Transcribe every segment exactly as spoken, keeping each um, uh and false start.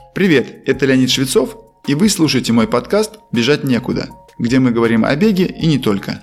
Привет, это Леонид Швецов, и вы слушаете мой подкаст «Бежать некуда», где мы говорим о беге и не только.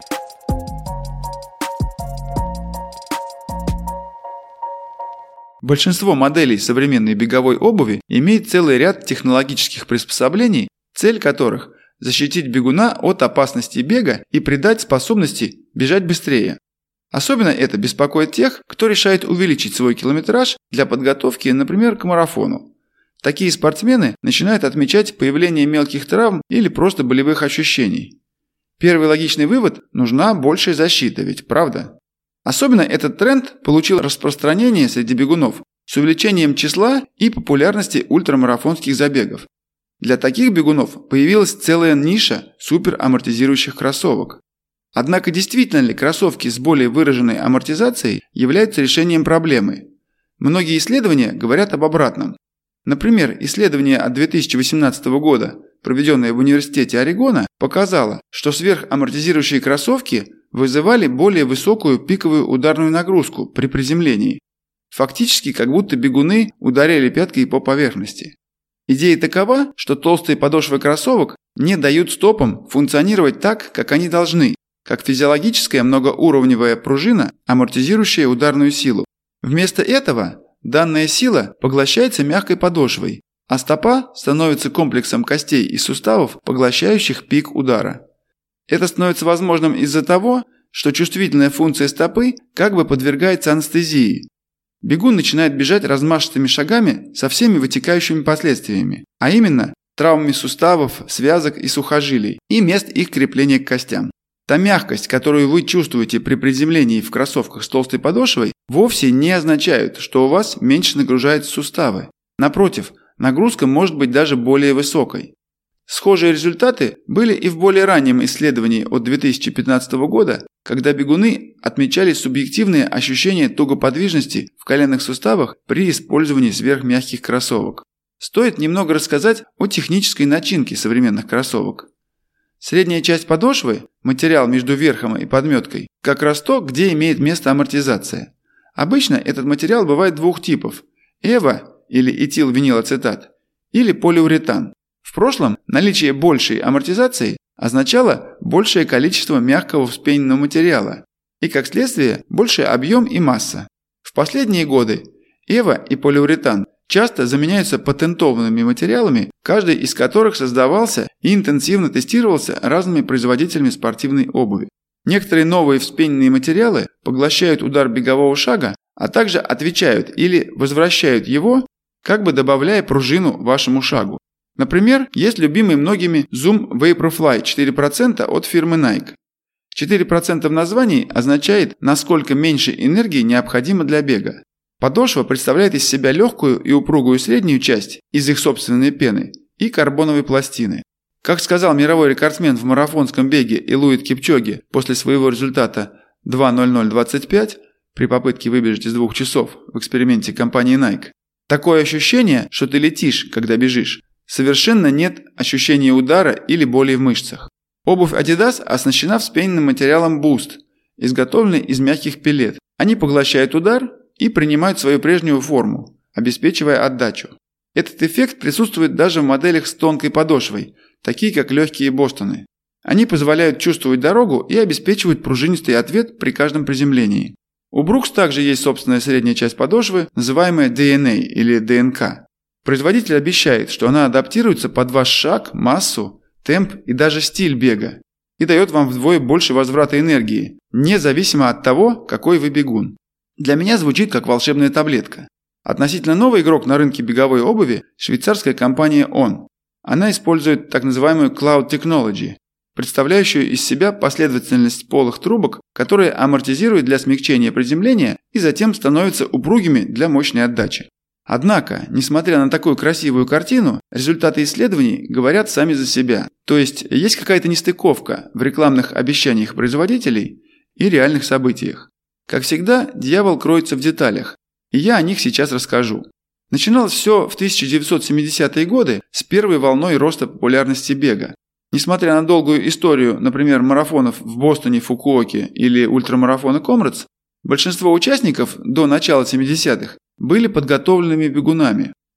Большинство моделей современной беговой обуви имеет целый ряд технологических приспособлений, цель которых – защитить бегуна от опасности бега и придать способности бежать быстрее. Особенно это беспокоит тех, кто решает увеличить свой километраж для подготовки, например, к марафону. Такие спортсмены начинают отмечать появление мелких травм или просто болевых ощущений. Первый логичный вывод – нужна большая защита, ведь правда? Особенно этот тренд получил распространение среди бегунов с увеличением числа и популярности ультрамарафонских забегов. Для таких бегунов появилась целая ниша суперамортизирующих кроссовок. Однако действительно ли кроссовки с более выраженной амортизацией являются решением проблемы? Многие исследования говорят об обратном. Например, исследование от две тысячи восемнадцатого года, проведенное в Университете Орегона, показало, что сверхамортизирующие кроссовки вызывали более высокую пиковую ударную нагрузку при приземлении. Фактически, как будто бегуны ударяли пяткой по поверхности. Идея такова, что толстые подошвы кроссовок не дают стопам функционировать так, как они должны, как физиологическая многоуровневая пружина, амортизирующая ударную силу. Вместо этого данная сила поглощается мягкой подошвой, а стопа становится комплексом костей и суставов, поглощающих пик удара. Это становится возможным из-за того, что чувствительная функция стопы как бы подвергается анестезии. Бегун начинает бежать размашистыми шагами со всеми вытекающими последствиями, а именно травмами суставов, связок и сухожилий и мест их крепления к костям. Та мягкость, которую вы чувствуете при приземлении в кроссовках с толстой подошвой, вовсе не означает, что у вас меньше нагружаются суставы. Напротив, нагрузка может быть даже более высокой. Схожие результаты были и в более раннем исследовании от две тысячи пятнадцатого года, когда бегуны отмечали субъективные ощущения тугоподвижности в коленных суставах при использовании сверхмягких кроссовок. Стоит немного рассказать о технической начинке современных кроссовок. Средняя часть подошвы, материал между верхом и подметкой, как раз то, где имеет место амортизация. Обычно этот материал бывает двух типов – эво или этилвинилацетат или полиуретан. В прошлом наличие большей амортизации означало большее количество мягкого вспененного материала и, как следствие, больший объем и масса. В последние годы эво и полиуретан часто заменяются патентованными материалами, каждый из которых создавался и интенсивно тестировался разными производителями спортивной обуви. Некоторые новые вспененные материалы поглощают удар бегового шага, а также отвечают или возвращают его, как бы добавляя пружину вашему шагу. Например, есть любимый многими Zoom Vaporfly четыре процента от фирмы Nike. четыре процента в названии означает, насколько меньше энергии необходимо для бега. Подошва представляет из себя легкую и упругую среднюю часть из их собственной пены и карбоновой пластины. Как сказал мировой рекордсмен в марафонском беге Элиуд Кипчоги после своего результата два ноль ноль двадцать пять при попытке выбежать из двух часов в эксперименте компании Nike, такое ощущение, что ты летишь, когда бежишь. Совершенно нет ощущения удара или боли в мышцах. Обувь Adidas оснащена вспененным материалом Boost, изготовленный из мягких пеллет. Они поглощают удар и принимают свою прежнюю форму, обеспечивая отдачу. Этот эффект присутствует даже в моделях с тонкой подошвой, такие как легкие Бостоны. Они позволяют чувствовать дорогу и обеспечивают пружинистый ответ при каждом приземлении. У Brooks также есть собственная средняя часть подошвы, называемая ди эн эй или ди эн ка. Производитель обещает, что она адаптируется под ваш шаг, массу, темп и даже стиль бега и дает вам вдвое больше возврата энергии, независимо от того, какой вы бегун. Для меня звучит как волшебная таблетка. Относительно новый игрок на рынке беговой обуви – швейцарская компания Он. Она использует так называемую Cloud Technology, представляющую из себя последовательность полых трубок, которые амортизируют для смягчения приземления и затем становятся упругими для мощной отдачи. Однако, несмотря на такую красивую картину, результаты исследований говорят сами за себя. То есть, есть какая-то нестыковка в рекламных обещаниях производителей и реальных событиях. Как всегда, дьявол кроется в деталях, и я о них сейчас расскажу. Начиналось все в тысяча девятьсот семидесятые годы с первой волной роста популярности бега. Несмотря на долгую историю, например, марафонов в Бостоне, Фукуоке или ультрамарафона Комрадс, большинство участников до начала семидесятых были подготовленными бегунами.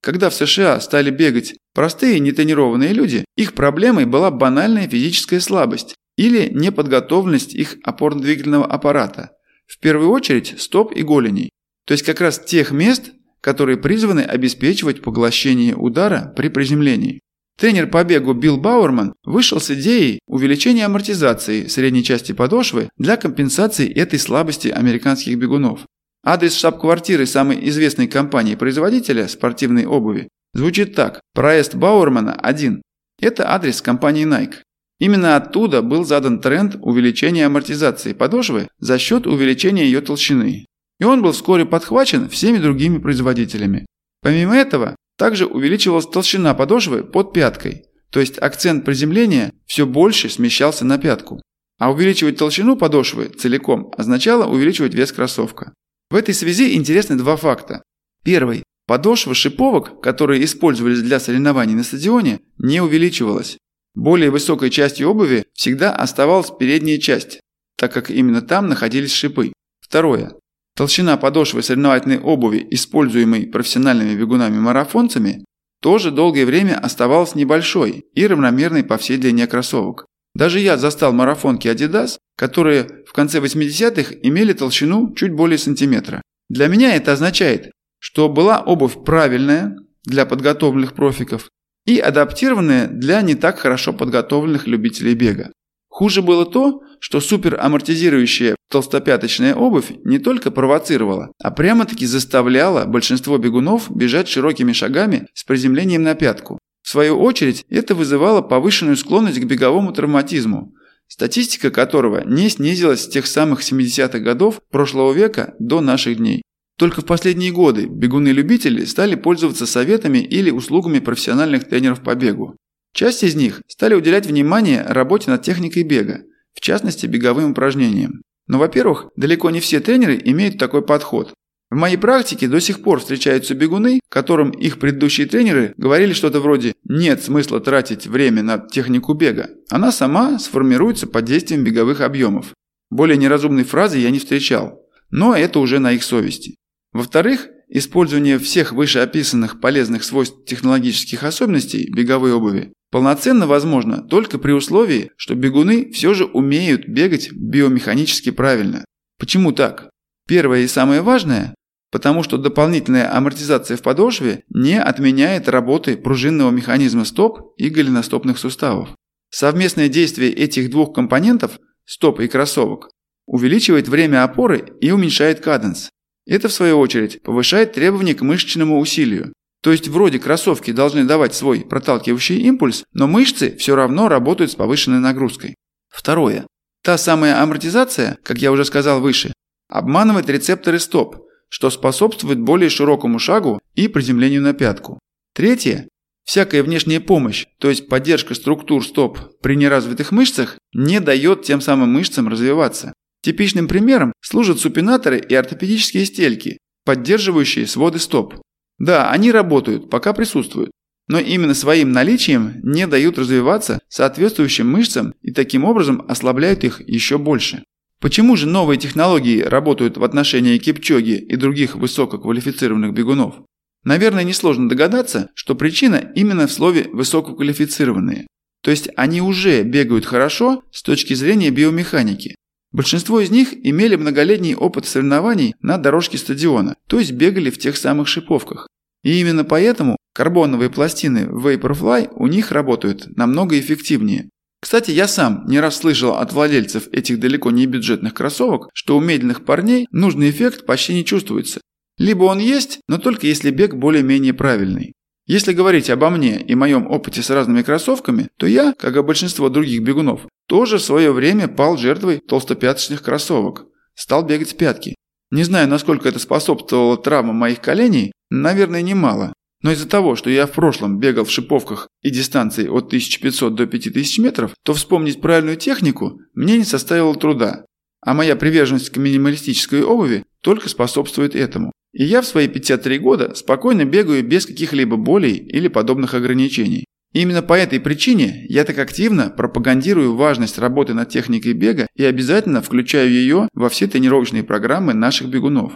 когда в США стали бегать простые нетренированные люди, их проблемой была банальная физическая слабость или неподготовленность их опорно-двигательного аппарата, в первую очередь стоп и голеней, то есть как раз тех мест, которые призваны обеспечивать поглощение удара при приземлении. Тренер по бегу Билл Бауэрман вышел с идеей увеличения амортизации средней части подошвы для компенсации этой слабости американских бегунов. Адрес штаб-квартиры самой известной компании-производителя спортивной обуви звучит так: проезд Бауэрмана один. Это адрес компании Nike. Именно оттуда был задан тренд увеличения амортизации подошвы за счет увеличения ее толщины. И он был вскоре подхвачен всеми другими производителями. Помимо этого, также увеличивалась толщина подошвы под пяткой, то есть акцент приземления все больше смещался на пятку. А увеличивать толщину подошвы целиком означало увеличивать вес кроссовка. В этой связи интересны два факта. Первый. Подошва шиповок, которые использовались для соревнований на стадионе, не увеличивалась. Более высокой частью обуви всегда оставалась передняя часть, так как именно там находились шипы. Второе. Толщина подошвы соревновательной обуви, используемой профессиональными бегунами-марафонцами, тоже долгое время оставалась небольшой и равномерной по всей длине кроссовок. Даже я застал марафонки Adidas, которые в конце восьмидесятых имели толщину чуть более сантиметра. Для меня это означает, что была обувь правильная для подготовленных профиков и адаптированная для не так хорошо подготовленных любителей бега. Хуже было то, что суперамортизирующая толстопяточная обувь не только провоцировала, а прямо-таки заставляла большинство бегунов бежать широкими шагами с приземлением на пятку. В свою очередь, это вызывало повышенную склонность к беговому травматизму, статистика которого не снизилась с тех самых семидесятых годов прошлого века до наших дней. Только в последние годы бегуны-любители стали пользоваться советами или услугами профессиональных тренеров по бегу. Часть из них стали уделять внимание работе над техникой бега, в частности беговым упражнениям. Но, во-первых, далеко не все тренеры имеют такой подход. В моей практике до сих пор встречаются бегуны, которым их предыдущие тренеры говорили что-то вроде «нет смысла тратить время на технику бега, она сама сформируется под действием беговых объемов». Более неразумной фразы я не встречал, но это уже на их совести. Во-вторых, использование всех вышеописанных полезных свойств технологических особенностей беговой обуви полноценно возможно только при условии, что бегуны все же умеют бегать биомеханически правильно. Почему так? Первое и самое важное, потому что дополнительная амортизация в подошве не отменяет работы пружинного механизма стоп и голеностопных суставов. Совместное действие этих двух компонентов, стоп и кроссовок, увеличивает время опоры и уменьшает каденс. Это, в свою очередь, повышает требования к мышечному усилию. То есть вроде кроссовки должны давать свой проталкивающий импульс, но мышцы все равно работают с повышенной нагрузкой. Второе. Та самая амортизация, как я уже сказал выше, обманывает рецепторы стоп, что способствует более широкому шагу и приземлению на пятку. Третье. Всякая внешняя помощь, то есть поддержка структур стоп при неразвитых мышцах, не дает тем самым мышцам развиваться. Типичным примером служат супинаторы и ортопедические стельки, поддерживающие своды стоп. Да, они работают, пока присутствуют, но именно своим наличием не дают развиваться соответствующим мышцам и таким образом ослабляют их еще больше. Почему же новые технологии работают в отношении Кипчоги и других высококвалифицированных бегунов? Наверное, несложно догадаться, что причина именно в слове «высококвалифицированные». То есть они уже бегают хорошо с точки зрения биомеханики. Большинство из них имели многолетний опыт соревнований на дорожке стадиона, то есть бегали в тех самых шиповках. И именно поэтому карбоновые пластины Vaporfly у них работают намного эффективнее. Кстати, я сам не раз слышал от владельцев этих далеко не бюджетных кроссовок, что у медленных парней нужный эффект почти не чувствуется. Либо он есть, но только если бег более-менее правильный. Если говорить обо мне и моем опыте с разными кроссовками, то я, как и большинство других бегунов, тоже в свое время пал жертвой толстопяточных кроссовок. Стал бегать с пятки. Не знаю, насколько это способствовало травмам моих коленей, наверное, немало. Но из-за того, что я в прошлом бегал в шиповках и дистанции от тысячи пятисот до пяти тысяч метров, то вспомнить правильную технику мне не составило труда. А моя приверженность к минималистической обуви только способствует этому. И я в свои пятьдесят три года спокойно бегаю без каких-либо болей или подобных ограничений. И именно по этой причине я так активно пропагандирую важность работы над техникой бега и обязательно включаю ее во все тренировочные программы наших бегунов.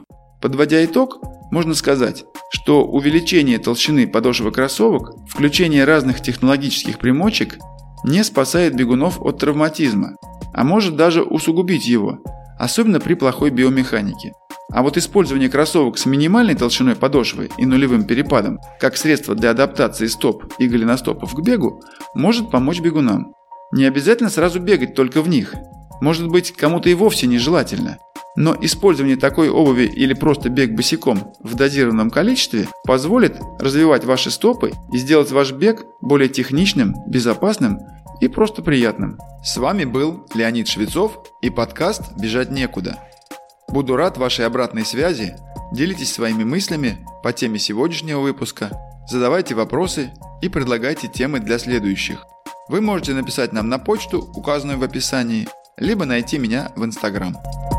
Подводя итог, можно сказать, что увеличение толщины подошвы кроссовок, включение разных технологических примочек не спасает бегунов от травматизма, а может даже усугубить его, особенно при плохой биомеханике. А вот использование кроссовок с минимальной толщиной подошвы и нулевым перепадом, как средство для адаптации стоп и голеностопов к бегу, может помочь бегунам. Не обязательно сразу бегать только в них. Может быть, кому-то и вовсе нежелательно. Но использование такой обуви или просто бег босиком в дозированном количестве позволит развивать ваши стопы и сделать ваш бег более техничным, безопасным и просто приятным. С вами был Леонид Швецов и подкаст «Бежать некуда». Буду рад вашей обратной связи, делитесь своими мыслями по теме сегодняшнего выпуска, задавайте вопросы и предлагайте темы для следующих. Вы можете написать нам на почту, указанную в описании, либо найти меня в Инстаграм.